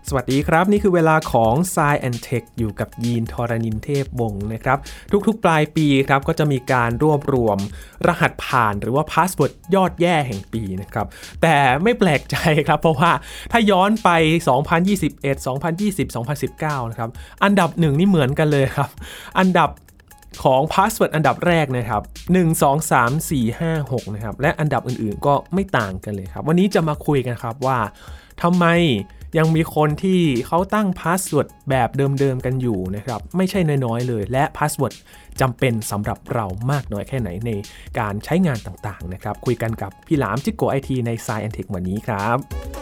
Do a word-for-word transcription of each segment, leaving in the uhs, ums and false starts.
สวัสดีครับนี่คือเวลาของ Science แอนด์ Tech อยู่กับยีนทรณินเทพวงศ์นะครับทุกๆปลายปีครับก็จะมีการรวบรวมรหัสผ่านหรือว่าพาสเวิร์ดยอดแย่แห่งปีนะครับแต่ไม่แปลกใจครับเพราะว่าถ้าย้อนไปสองพันยี่สิบเอ็ด สองพันยี่สิบ สองพันสิบเก้านะครับอันดับหนึ่งนี่เหมือนกันเลยครับอันดับของพาสเวิร์ดอันดับแรกนะครับหนึ่ง สอง สาม สี่ ห้า หกนะครับและอันดับอื่นๆก็ไม่ต่างกันเลยครับวันนี้จะมาคุยกันครับว่าทำไมยังมีคนที่เขาตั้งพาสเวิร์ดแบบเดิมๆกันอยู่นะครับไม่ใช่น้อยๆเลยและพาสเวิร์ดจำเป็นสำหรับเรามากน้อยแค่ไหนในการใช้งานต่างๆนะครับคุยกันกับพี่หลามจิกโกไอทีใน Science แอนด์ Tech วันนี้ครับ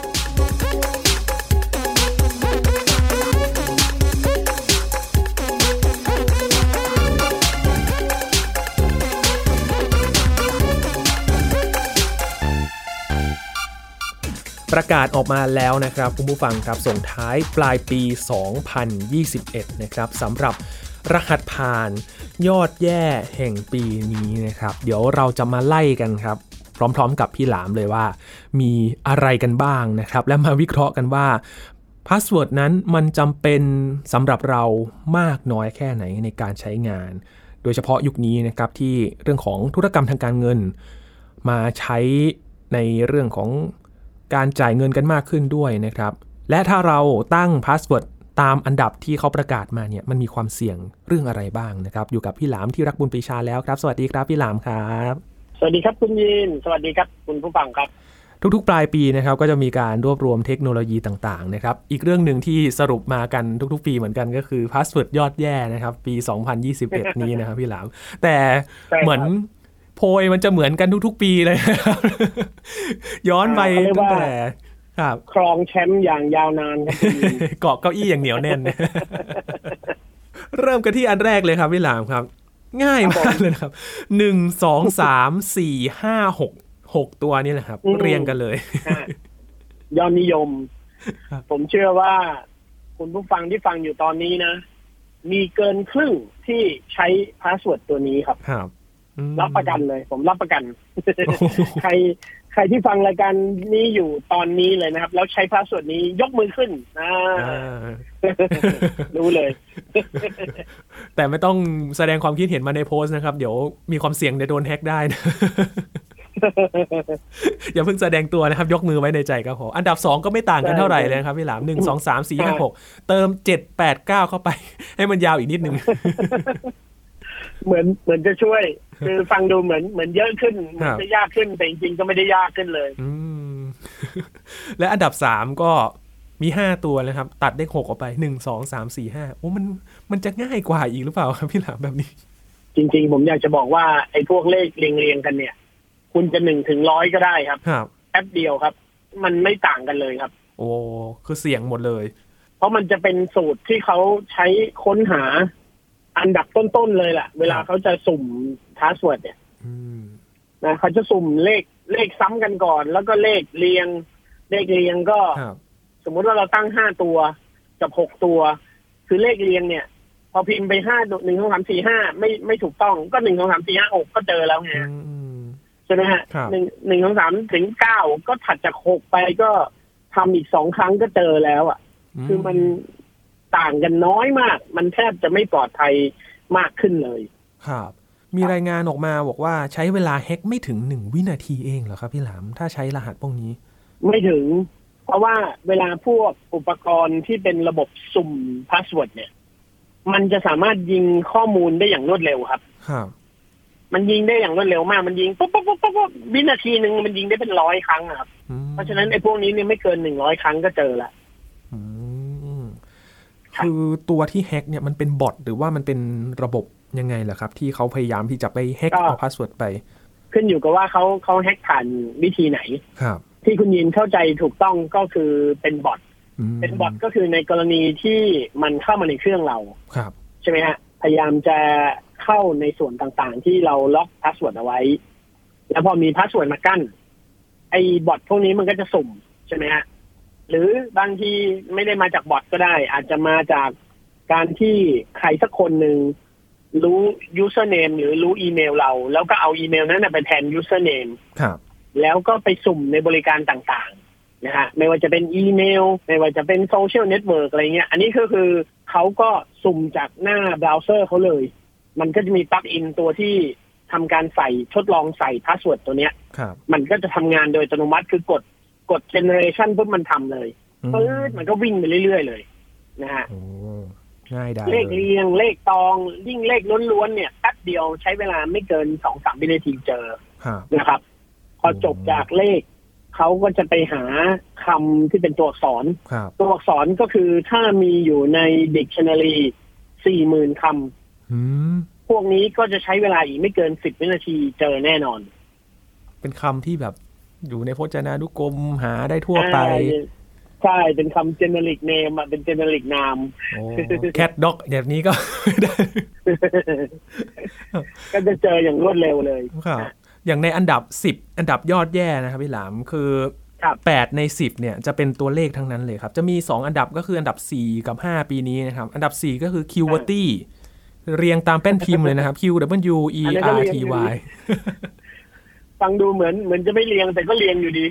ประกาศออกมาแล้วนะครับคุณผู้ฟังครับส่งท้ายปลายปีสองพันยี่สิบเอ็ดนะครับสำหรับรหัสผ่านยอดแย่แห่งปีนี้นะครับเดี๋ยวเราจะมาไล่กันครับพร้อมๆกับพี่หลามเลยว่ามีอะไรกันบ้างนะครับและมาวิเคราะห์กันว่าพาสเวิร์ดนั้นมันจำเป็นสำหรับเรามากน้อยแค่ไหนในการใช้งานโดยเฉพาะยุคนี้นะครับที่เรื่องของธุรกรรมทางการเงินมาใช้ในเรื่องของการจ่ายเงินกันมากขึ้นด้วยนะครับและถ้าเราตั้งพาสเวิร์ดตามอันดับที่เขาประกาศมาเนี่ยมันมีความเสี่ยงเรื่องอะไรบ้างนะครับอยู่กับพี่หลามที่รักบุญปรีชาแล้วครับสวัสดีครับพี่หลามครับสวัสดีครับคุณยินสวัสดีครับคุณผู้ฟังครับทุกๆปลายปีนะครับก็จะมีการรวบรวมเทคโนโลยีต่างๆนะครับอีกเรื่องนึงที่สรุปมากันทุกๆปีเหมือนกันก็คือพาสเวิร์ดยอดแย่นะครับปีสองพันยี่สิบเอ็ดนี้นะครับพี่หลามแต่เหมือนโพยมันจะเหมือนกันทุกๆปีเลย ย้อนไปตั้งแต่ครับครองแชมป์อย่างยาวนานครับเกาะเก้าอี้อย่างเหนียวแน่น เริ่มกันที่อันแรกเลยครับพี่หลามครับง่ายมากเลยครับหนึ่ง สอง สาม สี่ ห้า หก หกตัวนี่แหละครับเรียงกันเลยยอดนิยมผมเชื่อว่าคุณผู้ฟังที่ฟังอยู่ตอนนี้นะมีเกินครึ่งที่ใช้พาสเวิร์ดตัวนี้ครับครับรับประกันเลยผมรับประกัน ใครใครที่ฟังรายการนี้อยู่ตอนนี้เลยนะครับแล้วใช้พาสเวิร์ดนี้ยกมือขึ้นนะรู้เลยแต่ไม่ต้องแสดงความคิดเห็นมาในโพสต์นะครับเดี๋ยวมีความเสี่ยงจะโดนแฮ็กได้นะ อย่าเพิ่งแสดงตัวนะครับยกมือไว้ในใจก็พออันดับสองก็ไม่ต่างกันเท่าไหร่เลยครับพี่หลามหนึ่ง สอง สาม สี่ ห้า หกเติมเจ็ด แปด เก้าเข้าไปให้มันยาวอีกนิดนึงเหมือนเหมือนจะช่วยคือฟังดูเหมือนเหมือนเยอะขึ้นเหมือนจะยากขึ้นแต่จริงๆก็ไม่ได้ยากขึ้นเลยและอันดับสามก็มีห้าตัวนะครับตัดเลขหกออกไปหนึ่ง สอง สาม สี่ ห้าโอ้มันมันจะง่ายกว่าอีกหรือเปล่าครับพี่หลามแบบนี้จริงๆผมอยากจะบอกว่าไอ้พวกเลขเรียงๆกันเนี่ยคุณจะหนึ่งถึงร้อยก็ได้ครับแป๊บเดียวครับมันไม่ต่างกันเลยครับโอ้คือเสี่ยงหมดเลยเพราะมันจะเป็นสูตรที่เขาใช้ค้นหาอันดับต้นๆเลยแหละเวลาเขาจะสุ่มพาสเวิร์ดเนี่ยนะเขาจะสุ่มเลขเลขซ้ำกันก่อนแล้วก็เลขเรียงเลขเรียงก็สมมุติว่าเราตั้งห้าตัวกับหกตัวคือเลขเรียงเนี่ยพอพิมพ์ไปห้าหนึ่งสองสามสี่ห้าไม่ไม่ถูกต้องก็หนึ่งสองสามสี่ห้าหกก็เจอแล้วไงใช่ไหมฮะหนึ่งหนึ่งสองสามถึงเก้าก็ถัดจากหกไปก็ทำอีกสองครั้งก็เจอแล้วอ่ะคือมันต่างกันน้อยมากมันแทบจะไม่ปลอดภัยมากขึ้นเลยครับมีรายงานออกมาบอกว่าใช้เวลาแฮกไม่ถึงหนึ่งวินาทีเองเหรอครับพี่หลามถ้าใช้รหัสพวกนี้ไม่ถึงเพราะว่าเวลาพวกอุปกรณ์ที่เป็นระบบสุ่มพาสเวิร์ดเนี่ยมันจะสามารถยิงข้อมูลได้อย่างรวดเร็วครับครับมันยิงได้อย่างรวดเร็วมากมันยิงปุ๊บปุ๊บปุ๊บปุ๊บวินาทีนึงมันยิงได้เป็นร้อยครั้งครับเพราะฉะนั้นไอ้พวกนี้เนี่ยไม่เกินหนึ่งร้อยครั้งก็เจอละคือตัวที่แฮกเนี่ยมันเป็นบอทหรือว่ามันเป็นระบบยังไงล่ะครับที่เขาพยายามที่จะไปแฮกเอาพาสเวิร์ดไปขึ้นอยู่กับว่าเขาเขาแฮกผ่านวิธีไหนครับที่คุณยินเข้าใจถูกต้องก็คือเป็นบอทเป็นบอทก็คือในกรณีที่มันเข้ามาในเครื่องเราครับใช่ไหมฮะพยายามจะเข้าในส่วนต่างๆที่เราล็อกพาสเวิร์ดเอาไว้แล้วพอมีพาสเวิร์ดมากั้นไอ้บอทพวกนี้มันก็จะสุ่มใช่ไหมฮะหรือบางทีไม่ได้มาจากบอทก็ได้อาจจะมาจากการที่ใครสักคนหนึ่งรู้ username หรือรู้อีเมลเราแล้วก็เอาอีเมลนั้นไปแทน username ครับแล้วก็ไปสุ่มในบริการต่างๆนะฮะไม่ว่าจะเป็นอีเมลไม่ว่าจะเป็นโซเชียลเน็ตเวิร์กอะไรเงี้ยอันนี้ก็คือเขาก็สุ่มจากหน้าเบราว์เซอร์เขาเลยมันก็จะมีปลั๊กอินตัวที่ทำการใส่ทดลองใส่พาสเวิร์ดตัวเนี้ยมันก็จะทำงานโดยอัตโนมัติคือกดกด generation ปุ๊บมันทำเลยปื๊ดมันก็วิ่งไปเรื่อยๆเลยนะฮะง่ายได้เลขเรียงเลขตองยิ่งเลขล้วนๆเนี่ยแป๊บเดียวใช้เวลาไม่เกิน สองถึงสาม วินาทีเจอนะครับพอจบจากเลขเขาก็จะไปหาคำที่เป็นตัวอักษรตัวอักษรก็คือถ้ามีอยู่ใน dictionary สี่หมื่น คำพวกนี้ก็จะใช้เวลาอีกไม่เกินสิบวินาทีเจอแน่นอนเป็นคำที่แบบอยู่ในพจนานุกรมหาได้ทั่วไปใช่เป็นคำ generic name อ่ะเป็น generic นาม cat dog แบบนี้ก็ได้ก็จะเจออย่างรวดเร็วเลยครับอย่างในอันดับสิบอันดับยอดแย่นะครับพี่หลามคือแปดในสิบเนี่ยจะเป็นตัวเลขทั้งนั้นเลยครับจะมีสองอันดับก็คืออันดับสี่กับห้าปีนี้นะครับอันดับสี่ก็คือ QWERTY เรียงตามแป้นพิมพ์เลยนะครับ Q W E R T Y ฟังดูเหมือนเหมือนจะไม่เรียงแต่ก็เรียงอยู่ดี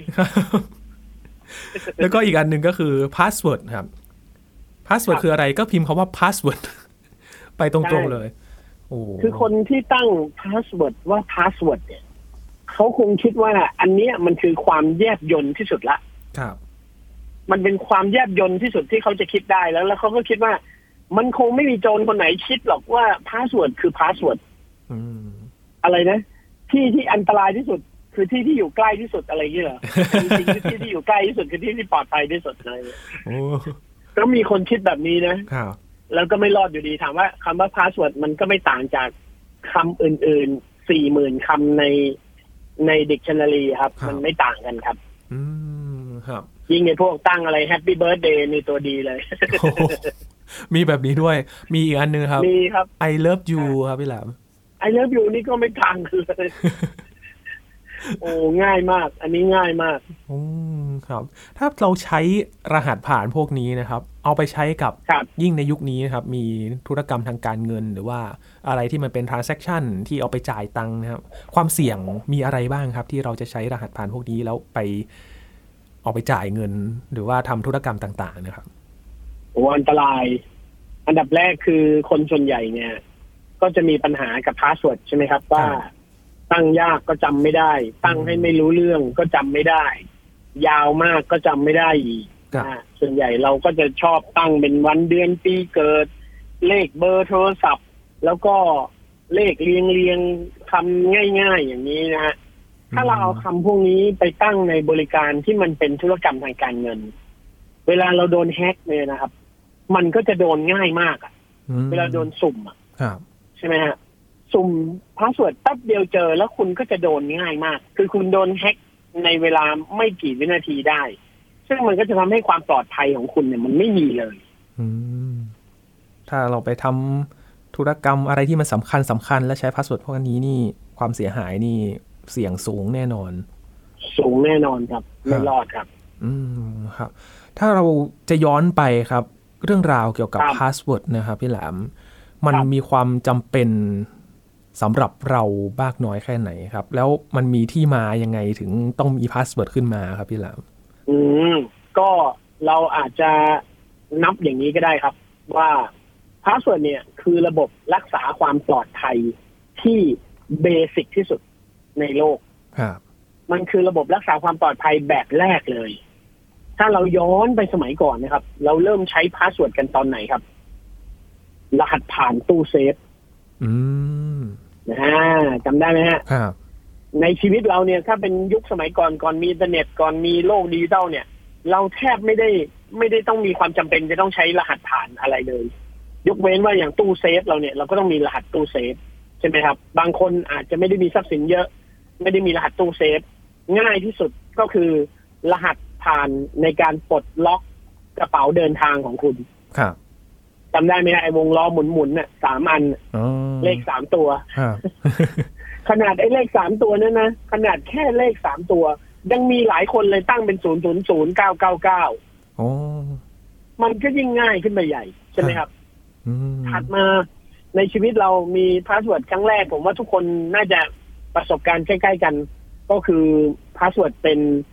แล้วก็อีกอันหนึ่งก็คือ password ครับ password คืออะไรก็พิมพ์คำว่า password ไปตรงๆเลยโอ้คือคนที่ตั้ง password ว่า password เนี่ยเขาคงคิดว่าอันนี้มันคือความแยบยลที่สุดละครับมันเป็นความแยบยลที่สุดที่เขาจะคิดได้แล้วแล้วเขาก็คิดว่ามันคงไม่มีโจรคนไหนคิดหรอกว่า password คือ password อืมอะไรนะที่ที่อันตรายที่สุดคือที่ที่อยู่ใกล้ที่สุดอะไรอย่างเงี้ยเหรอจริงๆที่ที่อยู่ใกล้ที่สุดคือที่ที่ปลอดภัยที่สุดอะไรอย่างเงี้ยก็มีคนคิดแบบนี้นะแล้วก็ไม่รอดอยู่ดีถามว่าคำว่า password มันก็ไม่ต่างจากคำอื่นๆ สี่หมื่น คำในใน dictionary ครับมันไม่ต่างกันครับอืมครับยิ่งในพวกตั้งอะไร Happy Birthday นี่ตัวดีเลยมีแบบนี้ด้วยมีอีกอันนึงครับมีครับ I love you ครับพี่หลาม I love you นี่ก็ไม่ต่างกันเลยโอ้ง่ายมากอันนี้ง่ายมากอืมครับถ้าเราใช้รหัสผ่านพวกนี้นะครับเอาไปใช้กับยิ่งในยุคนี้นะครับมีธุรกรรมทางการเงินหรือว่าอะไรที่มันเป็น transaction ที่เอาไปจ่ายตังค์นะครับความเสี่ยงมีอะไรบ้างครับที่เราจะใช้รหัสผ่านพวกนี้แล้วไปเอาไปจ่ายเงินหรือว่าทำธุรกรรมต่างๆนะครับโอ้อันตรายอันดับแรกคือคนส่วนใหญ่เนี่ยก็จะมีปัญหากับพาสเวิร์ดใช่ไหมครับว่าตั้งยากก็จำไม่ได้ตั้งให้ไม่รู้เรื่องก็จำไม่ได้ยาวมากก็จำไม่ได้อีกนะส่วนใหญ่เราก็จะชอบตั้งเป็นวันเดือนปีเกิดเลขเบอร์โทรศัพท์แล้วก็เลขเรียงเรียงคำง่ายๆอย่างนี้นะฮะถ้าเราเอาคำพวกนี้ไปตั้งในบริการที่มันเป็นธุรกรรมทางการเงินเวลาเราโดนแฮกเนี่ยนะครับมันก็จะโดนง่ายมากอ่ะเวลาโดนสุ่มอ่ะใช่ไหมฮะสุ่มพาสเวิร์ดแป๊บเดียวเจอแล้วคุณก็จะโดนง่ายมากคือคุณโดนแฮกในเวลาไม่กี่วินาทีได้ซึ่งมันก็จะทำให้ความปลอดภัยของคุณเนี่ยมันไม่มีเลยถ้าเราไปทำธุรกรรมอะไรที่มันสำคัญสำคัญและใช้พาสเวิร์ดพวกนี้นี่ความเสียหายนี่เสี่ยงสูงแน่นอนสูงแน่นอนครับไม่รอดครับอืมครับถ้าเราจะย้อนไปครับเรื่องราวเกี่ยวกับพาสเวิร์ดนะครับพี่แหลมมันมีความจำเป็นสำหรับเราบ้างน้อยแค่ไหนครับแล้วมันมีที่มายังไงถึงต้องมีพาสเวิร์ดขึ้นมาครับพี่แหลมอืมก็เราอาจจะนับอย่างนี้ก็ได้ครับว่าพาสเวิร์ดเนี่ยคือระบบรักษาความปลอดภัยที่เบสิกที่สุดในโลกครับมันคือระบบรักษาความปลอดภัยแบบแรกเลยถ้าเราย้อนไปสมัยก่อนนะครับเราเริ่มใช้พาสเวิร์ดกันตอนไหนครับรหัสผ่านตู้เซฟอืมอ่าจำได้ไหมฮะครับในชีวิตเราเนี่ยถ้าเป็นยุคสมัยก่อนก่อนมีอินเทอร์เน็ตก่อนมีโลกดิจิตอลเนี่ยเราแทบไม่ได้ไม่ได้ต้องมีความจำเป็นจะต้องใช้รหัสผ่านอะไรเลยยกเว้นว่าอย่างตู้เซฟเราเนี่ยเราก็ต้องมีรหัสตู้เซฟใช่ไหมครับบางคนอาจจะไม่ได้มีทรัพย์สินเยอะไม่ได้มีรหัสตู้เซฟง่ายที่สุดก็คือรหัสผ่านในการปลดล็อกกระเป๋าเดินทางของคุณครับจำได้ไหมไอ้วงล้อหมุนๆน่ะสามอันเลขสามตัวขนาดไอ้เลขสามตัวนั่นนะขนาดแค่เลขสามตัวยังมีหลายคนเลยตั้งเป็นศูนย์ศูนย์ศูนย์เก้าเก้าเก้ามันก็ยิ่งง่ายขึ้นไปใหญ่ใช่ไหมครับถัดมาในชีวิตเรามีพาสเวิร์ดครั้งแรกผมว่าทุกคนน่าจะประสบการณ์ใกล้ๆกันก็คือพาสเวิร์ดเป็น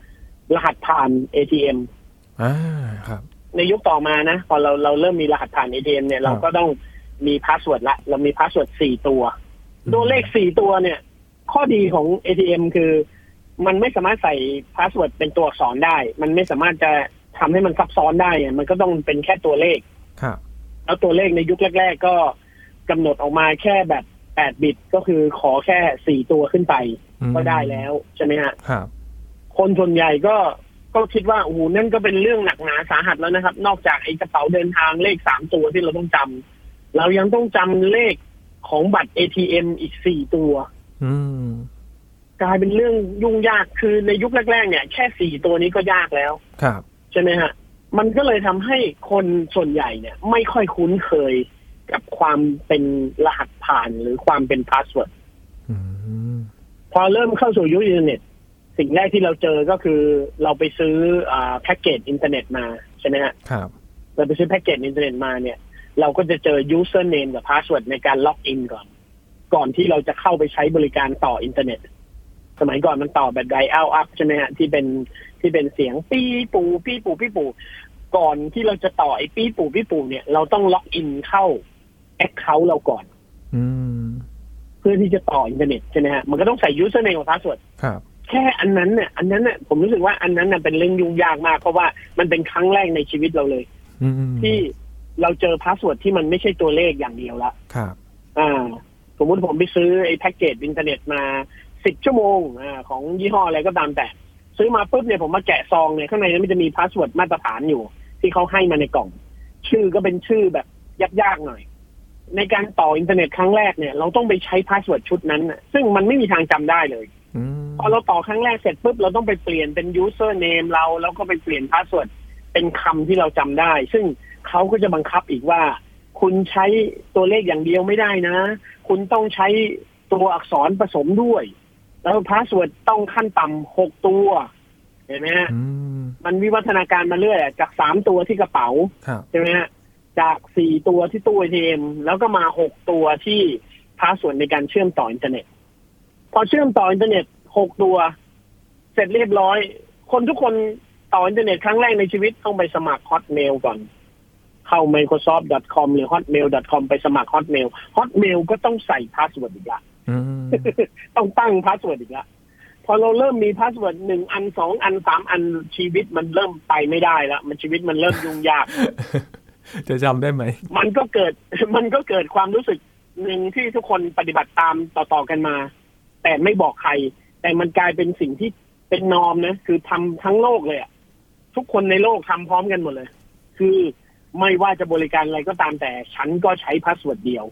รหัสผ่าน เอ ที เอ็มอ่าครับในยุคต่อมานะพอเราเราเริ่มมีรหัสผ่าน เอ ที เอ็ม เนี่ยเราก็ต้องมีพาสเวิร์ดละเรามีพาสเวิร์ดสี่ตัวตัวเลขสี่ตัวเนี่ยข้อดีของ เอ ที เอ็ม คือมันไม่สามารถใส่พาสเวิร์ดเป็นตัวอักษรได้มันไม่สามารถจะทำให้มันซับซ้อนได้มันก็ต้องเป็นแค่ตัวเลขครับแล้วตัวเลขในยุคแรกๆก็กำหนดออกมาแค่แบบแปดบิตก็คือขอแค่สี่ตัวขึ้นไปก็ได้แล้วใช่ไหมฮะครับคนส่วนใหญ่ก็ก็คิดว่าโอ้โหนั่นก็เป็นเรื่องหนักหนาสาหัสแล้วนะครับนอกจากไอ้กระเป๋าเดินทางเลขสามตัวที่เราต้องจำเรายังต้องจำเลขของบัตร เอ ที เอ็ม อีกสี่ตัวอืมกลายเป็นเรื่องยุ่งยากคือในยุคแรกๆเนี่ยแค่สี่ตัวนี้ก็ยากแล้วครับใช่ไหมฮะมันก็เลยทำให้คนส่วนใหญ่เนี่ยไม่ค่อยคุ้นเคยกับความเป็นรหัสผ่านหรือความเป็นพาสเวิร์ดพอเริ่มเข้าสู่ยุคอินเทอร์เน็ตสิ่งแรกที่เราเจอก็คือเราไปซื้ออ่าแพ็กเกจอินเทอร์เน็ตมาใช่ไหมฮะครับเราไปซื้อแพ็กเกจอินเทอร์เน็ตมาเนี่ยเราก็จะเจอ username กับ password ในการล็อกอินก่อนก่อนที่เราจะเข้าไปใช้บริการต่ออินเทอร์เน็ตสมัยก่อนมันต่อแบบ dial up ใช่ไหมฮะที่เป็นที่เป็นเสียงปี้ปูปี้ปูปี้ปูก่อนที่เราจะต่อไอ้ปี้ปูปี้ปูเนี่ยเราต้องล็อกอินเข้า account เราก่อนอืมเพื่อที่จะต่ออินเทอร์เน็ตใช่ไหมฮะมันก็ต้องใส่ username กับ password ครับแค่อันนั้นเนี่ยอันนั้นเนี่ยผมรู้สึกว่าอันนั้นน่ะเป็นเรื่องยุ่งยากมากเพราะว่ามันเป็นครั้งแรกในชีวิตเราเลยที่เราเจอพาสเวิร์ดที่มันไม่ใช่ตัวเลขอย่างเดียวละครับอ่าสมมุติผมไปซื้อไอ้แพ็กเกจอินเทอร์เน็ตมาสิบชั่วโมงอ่าของยี่ห้ออะไรก็ตามแต่ซื้อมาปุ๊บเนี่ยผมมาแกะซองเนี่ยข้างในนั้นมันจะมีพาสเวิร์ดมาตรฐานอยู่ที่เขาให้มาในกล่องชื่อก็เป็นชื่อแบบยากๆหน่อยในการต่ออินเทอร์เน็ตครั้งแรกเนี่ยเราต้องไปใช้พาสเวิร์ดชุดนั้นซึ่งมันไม่มีทางจำได้เลยพอเราต่อครั้งแรกเสร็จปุ๊บเราต้องไปเปลี่ยนเป็น username เราแล้วก็ไปเปลี่ยนพาสเวิร์ดเป็นคำที่เราจำได้ซึ่งเขาก็จะบังคับอีกว่าคุณใช้ตัวเลขอย่างเดียวไม่ได้นะคุณต้องใช้ตัวอักษรผสมด้วยแล้วพาสเวิร์ดต้องขั้นต่ำหกตัวเห็นไหมฮะมันวิวัฒนาการมาเรื่อยจากสามตัวที่กระเป๋าใช่ไหมฮะจากสี่ตัวที่ตู้ เอ ที เอ็ม แล้วก็มาหกตัวที่พาสเวิร์ดในการเชื่อมต่ออินเทอร์เน็ตพอเชื่อมต่ออินเทอร์เน็ตหกตัวเสร็จเรียบร้อยคนทุกคนต่ออินเทอร์เน็ตครั้งแรกในชีวิตต้องไปสมัคร Hotmail ก่อนเข้า ไมโครซอฟท์ ดอท คอม หรือ ฮอตเมล ดอท คอม ไปสมัคร Hotmail Hotmail ก็ต้องใส่พาสเวิร์ดอีกละต้องตั้งพาสเวิร์ดอีกละพอเราเริ่มมีพาสเวิร์ดหนึ่งอันสองอันสามอันชีวิตมันเริ่มไปไม่ได้แล้วมันชีวิตมันเริ่มยุ่งยากจะจำได้ไหมมันก็เกิดมันก็เกิดความรู้สึกหนึ่งที่ทุกคนปฏิบัติตามต่อๆกันมาแต่ไม่บอกใครแต่มันกลายเป็นสิ่งที่เป็นนอร์มนะคือทำทั้งโลกเลยอ่ะทุกคนในโลกทำพร้อมกันหมดเลยคือไม่ว่าจะบริการอะไรก็ตามแต่ฉันก็ใช้พาสเวิร์ดเดียว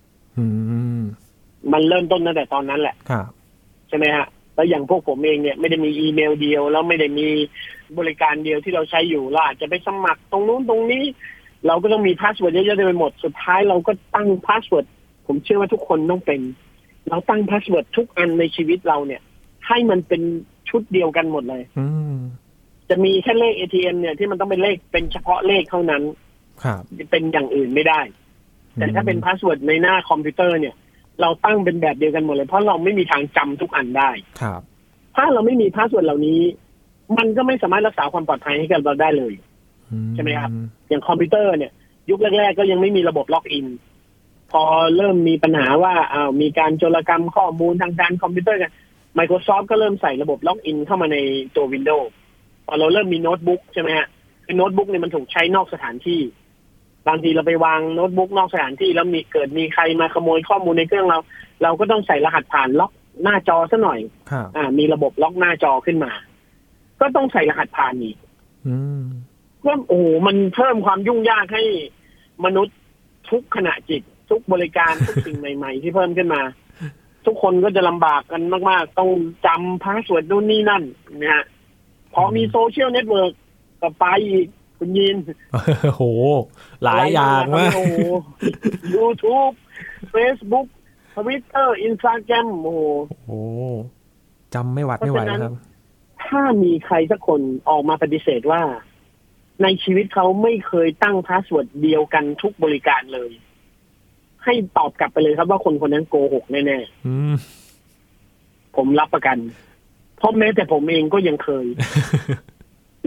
มันเริ่มต้นตั้งแต่ตอนนั้นแหละใช่ไหมฮะแล้วอย่างพวกผมเองเนี่ยไม่ได้มีอีเมลเดียวแล้วไม่ได้มีบริการเดียวที่เราใช้อยู่เราอาจจะไปสมัครตรงนู้นตรงนี้เราก็ต้องมีพาสเวิร์ดเยอะๆไปหมดสุดท้ายเราก็ตั้งพาสเวิร์ดผมเชื่อว่าทุกคนต้องเป็นเราตั้งพาสเวิร์ดทุกอันในชีวิตเราเนี่ยให้มันเป็นชุดเดียวกันหมดเลยจะมีแค่เลข เอ ที เอ็ม เนี่ยที่มันต้องเป็นเลขเป็นเฉพาะเลขเท่านั้นเป็นอย่างอื่นไม่ได้แต่ถ้าเป็นพาสเวิร์ดในหน้าคอมพิวเตอร์เนี่ยเราตั้งเป็นแบบเดียวกันหมดเลยเพราะเราไม่มีทางจำทุกอันได้ถ้าเราไม่มีพาสเวิร์ดเหล่านี้มันก็ไม่สามารถรักษาความปลอดภัยให้กับเราได้เลยใช่ไหมครับอย่างคอมพิวเตอร์เนี่ยยุคแรกๆก็ยังไม่มีระบบล็อกอินพอเริ่มมีปัญหาว่าอ้าวมีการโจรกรรมข้อมูลทางการคอมพิวเตอร์กัน Microsoft ก็เริ่มใส่ระบบล็อกอินเข้ามาในตัว Windows พอเราเริ่มมีโน้ตบุ๊กใช่ไหมฮะคือโน้ตบุ๊กเนี่ยมันถูกใช้นอกสถานที่บางทีเราไปวางโน้ตบุ๊กนอกสถานที่แล้วมีเกิดมีใครมาขโมยข้อมูลในเครื่องเราเราก็ต้องใส่รหัสผ่านล็อกหน้าจอซะหน่อยอ่ามีระบบล็อกหน้าจอขึ้นมาก็ต้องใส่รหัสผ่านอีกก็โอ้โหมันเพิ่มความยุ่งยากให้มนุษย์ทุกขณะจิตทุกบริการทุกสิ่งใหม่ๆที่เพิ่มขึ้นมาทุกคนก็จะลำบากกันมากๆต้องจำพาสเวิร์ดนู่นนี่นั่นนะฮะพอมีโซเชียลเน็ตเวิร์กก็ไปอีกคุณยินโอ้โหหลายอย่างมาก YouTube Facebook Twitter Instagram โอ้โหจำไม่หวัดไม่ไหวครับถ้ามีใครสักคนออกมาปฏิเสธว่าในชีวิตเขาไม่เคยตั้งพาสเวิร์ดเดียวกันทุกบริการเลยให้ตอบกลับไปเลยครับว่าคนคนนั้นโกหกแน่ๆผมรับประกันเพราะแม้แต่ผมเองก็ยังเคย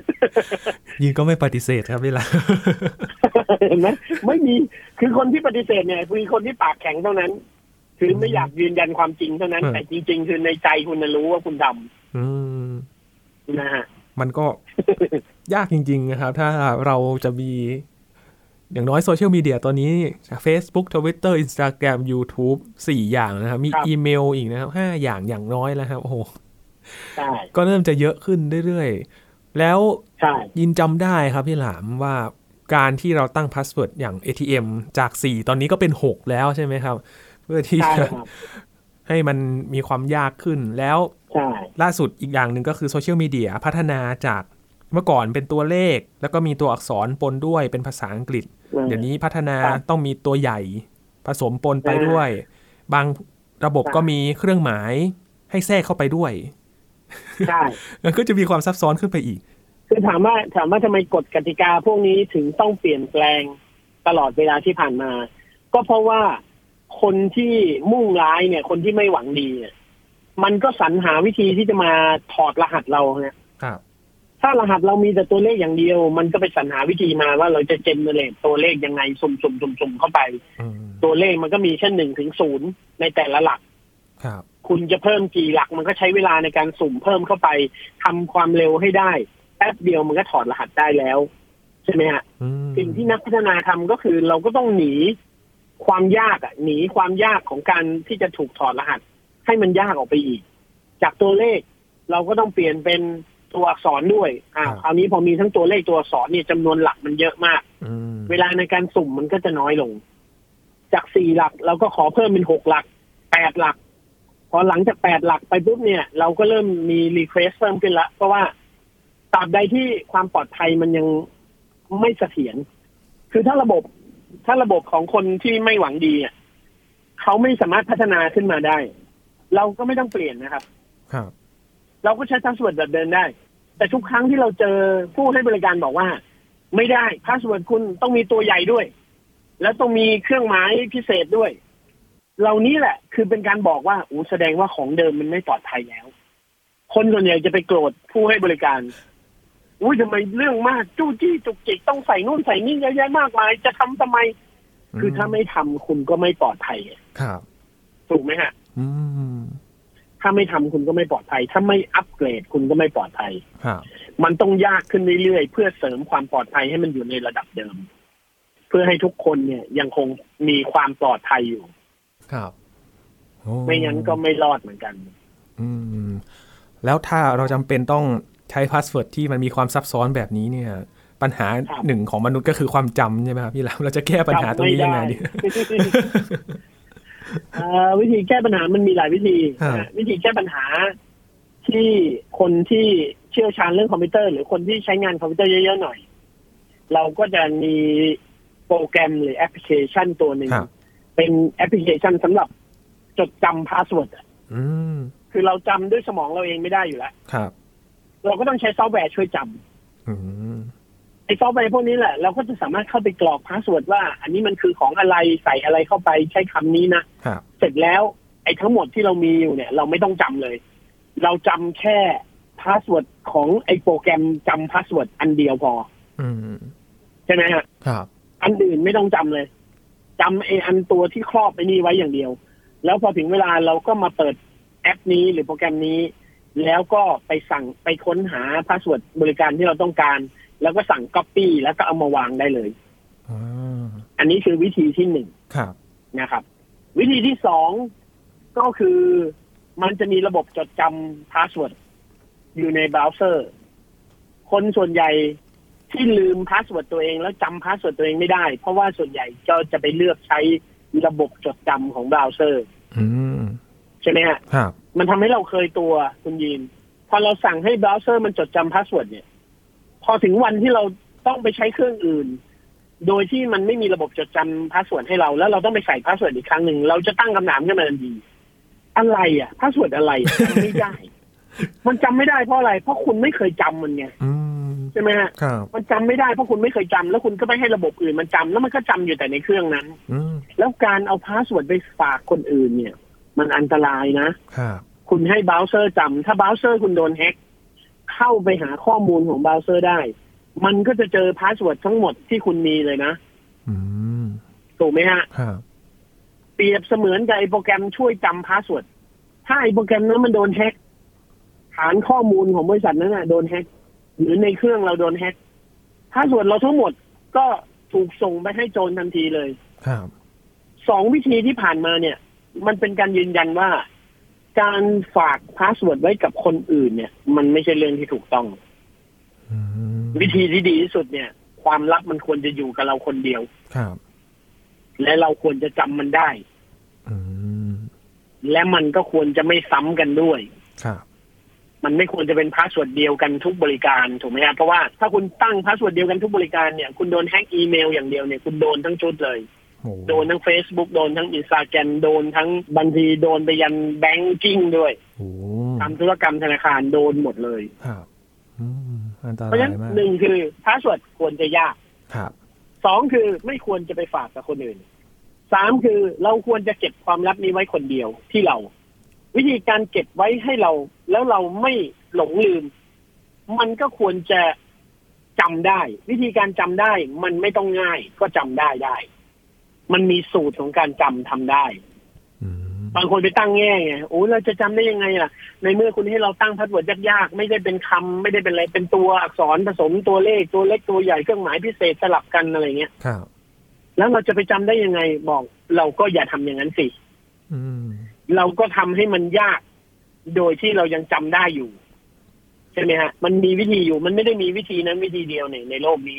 ยินก็ไม่ปฏิเสธครับเวลาเห็นไหมไม่มีคือคนที่ปฏิเสธเนี่ยคือคนที่ปากแข็งเท่านั้นคือไม่อยากยืนยันความจริงเท่านั้นแต่จริงๆคือในใจคุณจะรู้ว่าคุณดำนะฮะมันก็ยากจริงๆนะครับถ้าเราจะมีอย่างน้อยโซเชียลมีเดียตอนนี้ Facebook Twitter Instagram YouTube สี่อย่างนะครับมีอีเมลอีกนะครับห้าอย่างอย่างน้อยแล้วครับโอ้โหก็เริ่มจะเยอะขึ้นเรื่อยๆแล้วยินจำได้ครับพี่หลามว่าการที่เราตั้งพาสเวิร์ดอย่าง เอ ที เอ็ม จากสี่ตอนนี้ก็เป็นหกแล้วใช่ไหมครับเพื่อที่จะให้มันมีความยากขึ้นแล้วล่าสุดอีกอย่างหนึ่งก็คือโซเชียลมีเดียพัฒนาจากเมื่อก่อนเป็นตัวเลขแล้วก็มีตัวอักษรปนด้วยเป็นภาษาอังกฤษเดี๋ยวนี้พัฒนาต้องมีตัวใหญ่ผสมปนไปด้วยบางระบบก็มีเครื่องหมายให้แทรกเข้าไปด้วยใช่มันก็จะมีความซับซ้อนขึ้นไปอีกคือถามว่าถามว่าทำไมกฎกติกาพวกนี้ถึงต้องเปลี่ยนแปลงตลอดเวลาที่ผ่านมาก็เพราะว่าคนที่มุ่งร้ายเนี่ยคนที่ไม่หวังดีเนี่ยมันก็สรรหาวิธีที่จะมาถอดรหัสเราเนี่ยถ้ารหัสเรามีแต่ตัวเลขอย่างเดียวมันก็ไปสรรหาวิธีมาว่าเราจะเจนเนเรตตัวเลขยังไงสุ่มๆๆๆเข้าไปตัวเลขมันก็มีแค่หนึ่งถึงศูนย์ในแต่ละหลักคุณจะเพิ่มกี่หลักมันก็ใช้เวลาในการสุ่มเพิ่มเข้าไปทำความเร็วให้ได้แป๊บเดียวมันก็ถอดรหัสได้แล้วใช่ไหมฮะสิ่งที่นักพัฒนาทำก็คือเราก็ต้องหนีความยากอ่ะหนีความยากของการที่จะถูกถอดรหัสให้มันยากออกไปอีกจากตัวเลขเราก็ต้องเปลี่ยนเป็นตัวอักษรด้วยอ่าคราวนี้พอมีทั้งตัวเลขตัวอักษรเนี่ยจำนวนหลักมันเยอะมากเวลาในการสุ่มมันก็จะน้อยลงจากสี่หลักเราก็ขอเพิ่มเป็นหกหลักแปดหลักพอหลังจากแปดหลักไปปุ๊บเนี่ยเราก็เริ่มมีรีเควสเพิ่มขึ้นละเพราะว่าตราบใดที่ความปลอดภัยมันยังไม่เสถียรคือถ้าระบบถ้าระบบของคนที่ไม่หวังดีอ่ะเขาไม่สามารถพัฒนาขึ้นมาได้เราก็ไม่ต้องเปลี่ยนนะครับครับเราก็ใช้พาสเวิร์ดแบบเดิมได้แต่ทุกครั้งที่เราเจอผู้ให้บริการบอกว่าไม่ได้พาสเวิร์ดคุณต้องมีตัวใหญ่ด้วยแล้วต้องมีเครื่องหมายพิเศษด้วยเหล่านี้แหละคือเป็นการบอกว่าอู้แสดงว่าของเดิมมันไม่ปลอดภัยแล้วคนส่วนใหญ่จะไปโกรธผู้ให้บริการอุ้ยทำไมเรื่องมากจู้จี้จุกจิกต้องใส่นู่นใส่นี่เยอะแยะมากมายจะทำทำไมคือถ้าไม่ทำคุณก็ไม่ปลอดภัยครับถูกไหมฮะอืมถ้าไม่ทำคุณก็ไม่ปลอดภัยถ้าไม่อัปเกรดคุณก็ไม่ปลอดภัยครับมันต้องยากขึ้นเรื่อยๆเพื่อเสริมความปลอดภัยให้มันอยู่ในระดับเดิมเพื่อให้ทุกคนเนี่ยยังคงมีความปลอดภัยอยู่ครับไม่งั้นก็ไม่รอดเหมือนกันอืมแล้วถ้าเราจำเป็นต้องใช้พาสเวิร์ดที่มันมีความซับซ้อนแบบนี้เนี่ยปัญหาหนึ่งของมนุษย์ก็คือความจำใช่ไหมครับพี่เราเราจะแก้ปัญหาตรงนี้ยังไงดีวิธีแก้ปัญหามันมีหลายวิธีวิธีแก้ปัญหาที่คนที่เชี่ยวชาญเรื่องคอมพิวเตอร์หรือคนที่ใช้งานคอมพิวเตอร์เยอะๆหน่อยเราก็จะมีโปรแกรมหรือแอปพลิเคชันตัวหนึ่งเป็นแอปพลิเคชันสำหรับจดจำพาสเวิร์ดคือเราจำด้วยสมองเราเองไม่ได้อยู่แล้วเราก็ต้องใช้ซอฟต์แวร์ช่วยจำไอ้ซอฟต์แวร์พวกนี้แหละเราก็จะสามารถเข้าไปกรอกพาสเวิร์ดว่าอันนี้มันคือของอะไรใส่อะไรเข้าไปใช้คำนี้นะเสร็จแล้วไอ้ทั้งหมดที่เรามีอยู่เนี่ยเราไม่ต้องจำเลยเราจำแค่พาสเวิร์ดของไอ้โปรแกรมจำพาสเวิร์ดอันเดียวพอใช่ไหมฮะอันอื่นไม่ต้องจำเลยจำไอ้อันตัวที่ครอบไอ้นี่ไว้อย่างเดียวแล้วพอถึงเวลาเราก็มาเปิดแอปนี้หรือโปรแกรมนี้แล้วก็ไปสั่งไปค้นหาพาสเวิร์ดบริการที่เราต้องการแล้วก็สั่ง copy แล้วก็เอามาวางได้เลยอันนี้คือวิธีที่หนึ่งนะครับวิธีที่สองก็คือมันจะมีระบบจดจำพาสเวิร์ดอยู่ในเบราว์เซอร์คนส่วนใหญ่ที่ลืมพาสเวิร์ดตัวเองแล้วจำพาสเวิร์ดตัวเองไม่ได้เพราะว่าส่วนใหญ่ก็จะไปเลือกใช้ระบบจดจำของเบราว์เซอร์ใช่ไหมฮะมันทำให้เราเคยตัวคุณยีนพอเราสั่งให้เบราว์เซอร์มันจดจำพาสเวิร์ดเนี่ยพอถึงวันที่เราต้องไปใช้เครื่องอื่นโดยที่มันไม่มีระบบจดจำพาสเวิร์ดให้เราแล้วเราต้องไปใส่พาสเวิร์ดอีกครั้งหนึ่งเราจะตั้งคำถามขึ้นมาทันทีอะไรอ่ะพาสเวิร์ดอะไรจำไม่ได้มันจำไม่ได้เพราะอะไรเพราะคุณไม่เคยจำมันไงใช่ไหมฮะมันจำไม่ได้เพราะคุณไม่เคยจำแล้วคุณก็ไม่ให้ระบบอื่นมันจำแล้วมันก็จำอยู่แต่ในเครื่องนั้นแล้วการเอาพาสเวิร์ดไปฝากคนอื่นเนี่ยมันอันตรายนะคุณให้เบราว์เซอร์จำถ้าเบราว์เซอร์คุณโดนแฮ็กเข้าไปหาข้อมูลของเบราว์เซอร์ได้มันก็จะเจอพาสเวิร์ดทั้งหมดที่คุณมีเลยนะถูกไหมฮะครับเปรียบเสมือนกับไอ้โปรแกรมช่วยจำพาสเวิร์ดถ้าไอ้โปรแกรมนั้นมันโดนแฮกฐานข้อมูลของบริษัทนั้นน่ะโดนแฮกหรือในเครื่องเราโดนแฮกพาสเวิร์ดเราทั้งหมดก็ถูกส่งไปให้โจรทันทีเลยครับสองวิธีที่ผ่านมาเนี่ยมันเป็นการยืนยันว่าการฝากพาสเวิร์ดไว้กับคนอื่นเนี่ยมันไม่ใช่เรื่องที่ถูกต้องวิธีที่ดีที่สุดเนี่ยความลับมันควรจะอยู่กับเราคนเดียวครับและเราควรจะจำมันได้และมันก็ควรจะไม่ซ้ำกันด้วยครับมันไม่ควรจะเป็นพาสเวิร์ดเดียวกันทุกบริการถูกไหมครับเพราะว่าถ้าคุณตั้งพาสเวิร์ดเดียวกันทุกบริการเนี่ยคุณโดนแฮกอีเมลอย่างเดียวเนี่ยคุณโดนทั้งชุดเลยโดนทั้ง Facebook โดนทั้ง Instagram โดนทั้งบัญชีโดนไปยันแบงกิ้งด้วยทำธุรกรรมธนาคารโดนหมดเลยครับเพราะฉะนั้นหนึ่งคือพาสเวิร์ดควรจะยากครับสองคือไม่ควรจะไปฝากกับคนอื่นสามคือเราควรจะเก็บความลับนี้ไว้คนเดียวที่เราวิธีการเก็บไว้ให้เราแล้วเราไม่หลงลืมมันก็ควรจะจำได้วิธีการจำได้มันไม่ต้องง่ายก็จำได้ได้มันมีสูตรของการจำทำได้บางคนไปตั้งแง่ไงโอ้เราจะจำได้ยังไงล่ะในเมื่อคุณให้เราตั้งพาสเวิร์ดยากๆไม่ได้เป็นคำไม่ได้เป็นอะไรเป็นตัวอักษรผสมตัวเลขตัวเล็กตัวใหญ่เครื่องหมายพิเศษสลับกันอะไรเงี้ยครับแล้วเราจะไปจำได้ยังไงบอกเราก็อย่าทำอย่างนั้นสิเราก็ทำให้มันยากโดยที่เรายังจำได้อยู่ใช่ไหมฮะมันมีวิธีอยู่มันไม่ได้มีวิธีนั้นวิธีเดียวในในโลกนี้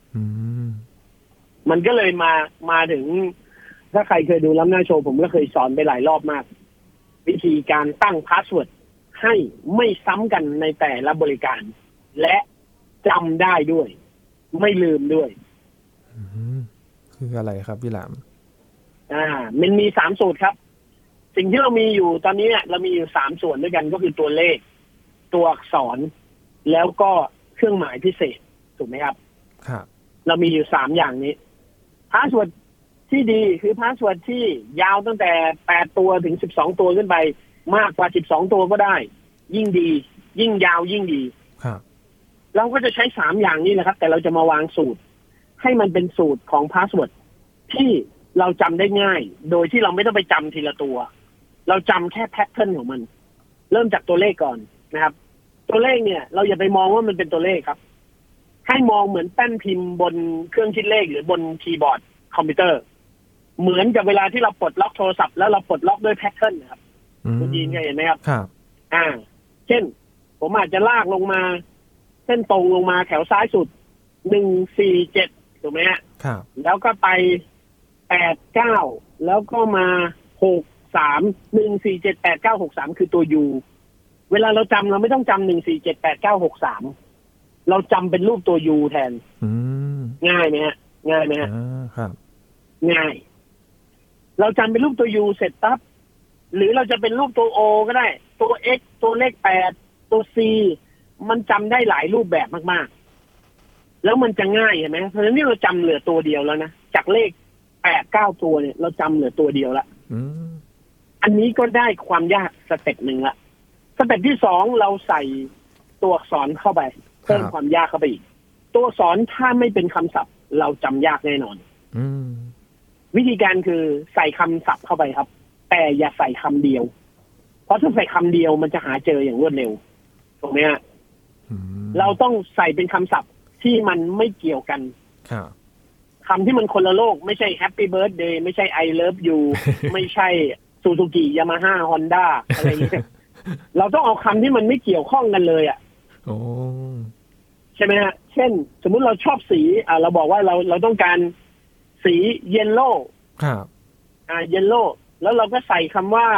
มันก็เลยมามาถึงถ้าใครเคยดูล้ำหน้าโชว์ผมก็เคยสอนไปหลายรอบมากวิธีการตั้งพาสเวิร์ดให้ไม่ซ้ำกันในแต่ละบริการและจำได้ด้วยไม่ลืมด้วยคืออะไรครับพี่หลามอ่ามันมีสามสูตรครับสิ่งที่เรามีอยู่ตอนนี้เนี่ยเรามีอยู่สามส่วนด้วยกันก็คือตัวเลขตัวอักษรแล้วก็เครื่องหมายพิเศษถูกไหมครับครับเรามีอยู่สามอย่างนี้พาสเวิร์ดที่ดีคือพาสเวิร์ดที่ยาวตั้งแต่แปดตัวถึงสิบสองตัวขึ้นไปมากกว่าสิบสองตัวก็ได้ยิ่งดียิ่งยาวยิ่งดีครับเราก็จะใช้สามอย่างนี้แหละครับแต่เราจะมาวางสูตรให้มันเป็นสูตรของพาสเวิร์ดที่เราจำได้ง่ายโดยที่เราไม่ต้องไปจำทีละตัวเราจำแค่แพทเทิร์นของมันเริ่มจากตัวเลขก่อนนะครับตัวเลขเนี่ยเราอย่าไปมองว่ามันเป็นตัวเลขครับให้มองเหมือนแป้นพิมพ์บนเครื่องคิดเลขหรือบนคีย์บอร์ดคอมพิวเตอร์เหมือนกับเวลาที่เราปลดล็อกโทรศัพท์แล้วเราปลดล็อกด้วยแพทเทิร์นนะครับคุณยินเคยเห็นไหมครับครับอ่าเช่นผมอาจจะลากลงมาเส้นตรงลงมาแถวซ้ายสุดหนึ่งสี่เจ็ดถูกไหมฮะครับแล้วก็ไปแปดเก้าแล้วก็มาหกสามหนึ่งสี่เจ็ดแปดเก้าหกสามคือตัว U เวลาเราจำเราไม่ต้องจำหนึ่งสี่เจ็ดแปดเก้าหกสามเราจำเป็นรูปตัว U แทนง่ายไหมฮะง่ายไหมฮะครับง่ายเราจำเป็นรูปตัว U เสร็จปั๊บหรือเราจะเป็นรูปตัว O ก็ได้ตัว X ตัวเลขแปดตัว C มันจำได้หลายรูปแบบมากๆแล้วมันจะง่ายเห็นไหมเพราะฉะนั้นนี่เราจำเหลือตัวเดียวแล้วนะจากเลขแปดเก้าตัวเนี่ยเราจำเหลือตัวเดียวละอันนี้ก็ได้ความยากสเต็ปหนึ่งละสเต็ปที่สองเราใส่ตัวอักษรเข้าไปเพิ่มความยากเข้าไปอีกตัวอักษรถ้าไม่เป็นคำศัพท์เราจำยากแน่นอนวิธีการคือใส่คำศัพท์เข้าไปครับแต่อย่าใส่คำเดียวเพราะถ้าใส่คำเดียวมันจะหาเจออย่างรวดเร็วถูกไหมฮะเราต้องใส่เป็นคำศัพท์ที่มันไม่เกี่ยวกันคำที่มันคนละโลกไม่ใช่ Happy Birthday ไม่ใช่ I Love You ไม่ใช่ Suzuki Yamaha Honda อะไรอย่างเงี้ยเราต้องเอาคำที่มันไม่เกี่ยวข้องกันเลยอ่ะใช่ไหมฮะเช่นสมมุติเราชอบสีอ่าเราบอกว่าเราเราต้องการสีเยลโล่ครับอ่าเยลโล่แล้วเราก็ใส่คำว่า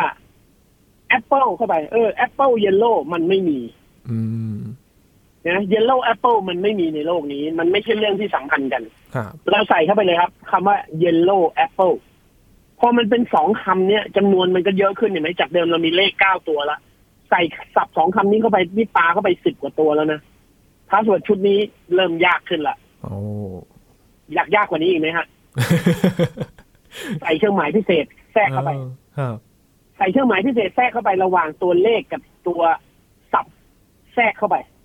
Apple เข้าไปเออ Apple Yellow มันไม่มีอืมนะ Yellow Apple มันไม่มีในโลกนี้มันไม่ใช่เรื่องที่สัมพันธ์กันครับเราใส่เข้าไปเลยครับคำว่า Yellow Apple พอมันเป็นสองคำเนี้ยจำนวนมันก็เยอะขึ้นเห็นไหมจากเดิมเรามีเลขเก้าตัวละใส่สับสองคำนี้เข้าไปนี่ปาเข้าไปสิบกว่าตัวแล้วนะพาสเวิร์ดชุดนี้เริ่มยากขึ้นละโอ้อยากยากกว่านี้อีกไหมฮะ ใส่เครื่องหมายพิเศษแทรกเข้าไปใส่เครื่องหมายพิเศษแทรกเข้าไประหว่างตัวเลขกับตัวศัพท์แทรกเข้าไป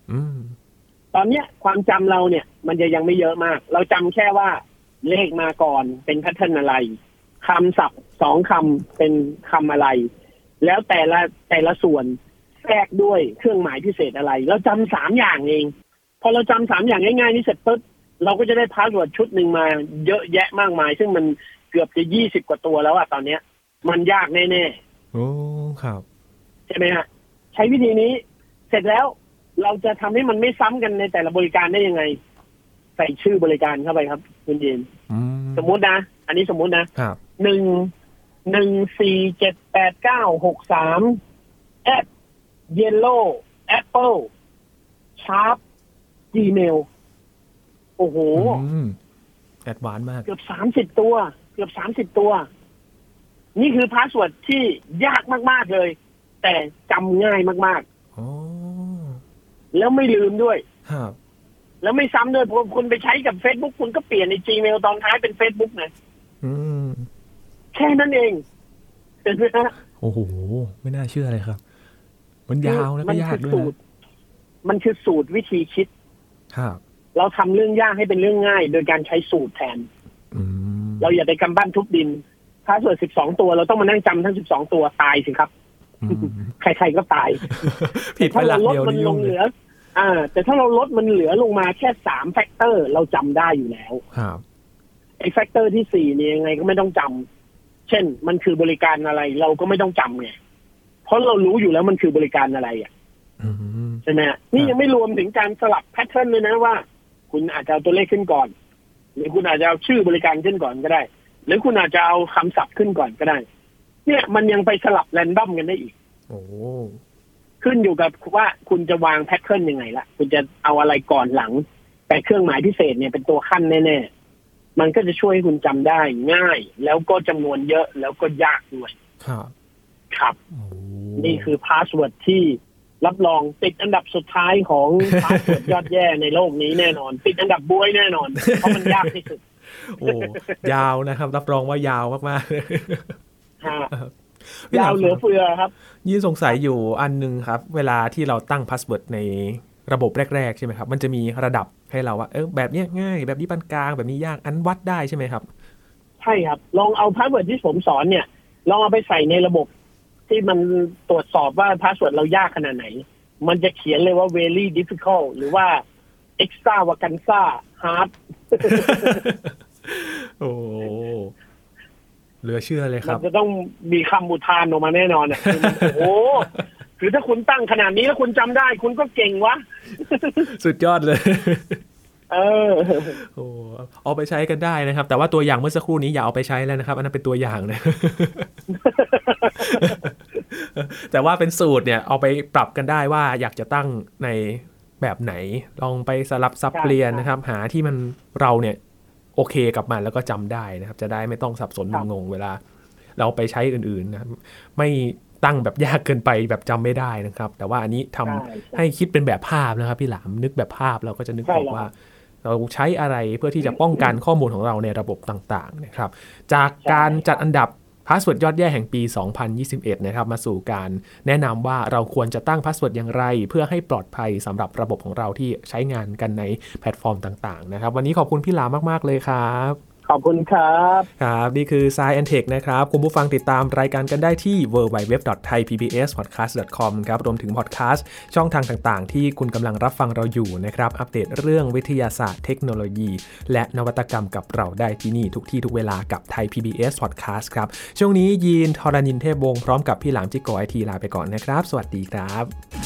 ตอนเนี้ยความจำเราเนี่ยมันจะยังไม่เยอะมากเราจำแค่ว่าเลขมาก่อนเป็นแพทเทิร์นอะไรคำศัพท์สองคำเป็นคำอะไรแล้วแต่ละแต่ละส่วนแทรกด้วยเครื่องหมายพิเศษอะไรเราจำสามอย่างเองพอเราจำสามอย่างง่ายๆนี่เสร็จปุ๊บเราก็จะได้พาสเวิร์ดชุดหนึ่งมาเยอะแยะมากมายซึ่งมันเกือบจะยี่สิบกว่าตัวแล้วอะตอนเนี้ยมันยากแน่ๆโอ้ครับใช่ไหมฮะใช้วิธีนี้เสร็จแล้วเราจะทำให้มันไม่ซ้ำกันในแต่ละบริการได้ยังไงใส่ชื่อบริการเข้าไปครับคุณเย็นสมมุตินะอันนี้สมมุตินะหนึ่งหนึ่งสี่เจ็ดแปดเก้าหกสามแอปเยลโล่แอปเปิลชาร์ปจีเมลโอ้โหแอดวานซ์มากเกือบสามสิบตัวเกือบสามสิบตัวนี่คือพาสเวิร์ดที่ยากมากๆเลยแต่จำง่ายมากๆแล้วไม่ลืมด้วยครับแล้วไม่ซ้ำด้วยพอคุณไปใช้กับ Facebook คุณก็เปลี่ยนใน Gmail ตอนท้ายเป็น Facebook ไงแค่นั้นเองเห็นไหมฮะโอ้โหไม่น่าเชื่อเลยครับมันยาวแล้วก็ยากด้วยนะมันคือสูตรวิธีคิดครับเราทำเรื่องยากให้เป็นเรื่องง่ายโดยการใช้สูตรแทนเราอย่าไปกำบั้นทุบดินถ้าส่วนสิบสองตัวเราต้องมานั่งจำทั้งสิบสองตัวตายสิครับใครๆก็ตายผิดไปหลักเดียวนี่ยุ่งเลยอ่าแต่ถ้าเราลดมันเหลือลงมาแค่สามแฟกเตอร์เราจำได้อยู่แล้วครับไอ้แฟกเตอร์ที่สี่นี่ยังไงก็ไม่ต้องจำเช่นมันคือบริการอะไรเราก็ไม่ต้องจำไงเพราะเรารู้อยู่แล้วมันคือบริการอะไรอ่ะใช่ไหมนี่ยังไม่รวมถึงการสลับแพทเทิร์นเลยนะว่าคุณอาจจะเอาตัวเลขขึ้นก่อนหรือคุณอาจจะเอาชื่อบริการขึ้นก่อนก็ได้หรือคุณอาจจะเอาคำศัพท์ขึ้นก่อนก็ได้เนี่ยมันยังไปสลับแรนดอมกันได้อีกโอ้ขึ้นอยู่กับว่าคุณจะวางแพทเทิร์นยังไงละคุณจะเอาอะไรก่อนหลังแต่เครื่องหมายพิเศษเนี่ยเป็นตัวขั้นแน่ๆมันก็จะช่วยให้คุณจำได้ง่ายแล้วก็จำนวนเยอะแล้วก็ยากด้วยครับครับนี่คือพาสเวิร์ดที่รับรองติดอันดับสุดท้ายของพาสเวิร์ดยอดแย่ในโลกนี้แน่นอนติดอันดับบวยแน่นอนเพราะมันยากที่สุดโอ้ยาวนะครับรับรองว่ายาวมากๆยาวเหลือเฟือครับยี่สงสัยอยู่อันนึงครับเวลาที่เราตั้งพาสเวิร์ดในระบบแรกๆใช่ไหมครับมันจะมีระดับให้เราว่าเออแบบนี้ง่ายแบบนี้ปานกลางแบบนี้ยากอันวัดได้ใช่ไหมครับใช่ครับลองเอาพาสเวิร์ดที่ผมสอนเนี่ยลองเอาไปใส่ในระบบที่มันตรวจสอบว่าพาสเวิร์ดเรายากขนาดไหนมันจะเขียนเลยว่า very difficult หรือว่า extravaganza hard โอ้เหลือเชื่อเลยครับมันจะต้องมีคำอุทานออกมาแน่นอนอ่ะโอ้คือถ้าคุณตั้งขนาดนี้แล้วคุณจำได้คุณก็เก่งวะสุดยอดเลยเออโอ้เอาไปใช้กันได้นะครับแต่ว่าตัวอย่างเมื่อสักครู่นี้อย่าเอาไปใช้แล้วนะครับอันนั้นเป็นตัวอย่างนะ แต่ว่าเป็นสูตรเนี่ยเอาไปปรับกันได้ว่าอยากจะตั้งในแบบไหนลองไปสลับซับเปลี่ยนนะครับหาที่มันเราเนี่ยโอเคกับมันแล้วก็จำได้นะครับจะได้ไม่ต้องสับสนงงเวลาเราไปใช้อื่นๆนะไม่ตั้งแบบยากเกินไปแบบจำไม่ได้นะครับแต่ว่าอันนี้ทำให้คิดเป็นแบบภาพนะครับพี่หลามนึกแบบภาพเราก็จะนึกออกว่าเราใช้อะไรเพื่อที่จะป้องกันข้อมูลของเราในระบบต่างๆนะครับจากการจัดอันดับพาสเวิร์ดยอดแย่แห่งปีสองพันยี่สิบเอ็ดนะครับมาสู่การแนะนำว่าเราควรจะตั้งพาสเวิร์ดอย่างไรเพื่อให้ปลอดภัยสำหรับระบบของเราที่ใช้งานกันในแพลตฟอร์มต่างๆนะครับวันนี้ขอบคุณพี่หลามมากๆเลยครับขอบคุณครับครับนี่คือ Science and Tech นะครับคุณผู้ฟังติดตามรายการกันได้ที่ ดับเบิลยู ดับเบิลยู ดับเบิลยู ดอท ไทย พี บี เอส พอดแคสต์ ดอท คอม ครับรวมถึงพอดแคสต์ช่องทางต่างๆที่คุณกำลังรับฟังเราอยู่นะครับอัปเดตเรื่องวิทยาศาสตร์เทคโนโลยีและนวัตกรรมกับเราได้ที่นี่ทุกที่ทุกเวลากับ Thai พี บี เอส Podcast ครับช่วงนี้ยีนทรณินเทพวงศ์พร้อมกับพี่หลามจิโก ไอ ที ลาไปก่อนนะครับสวัสดีครับ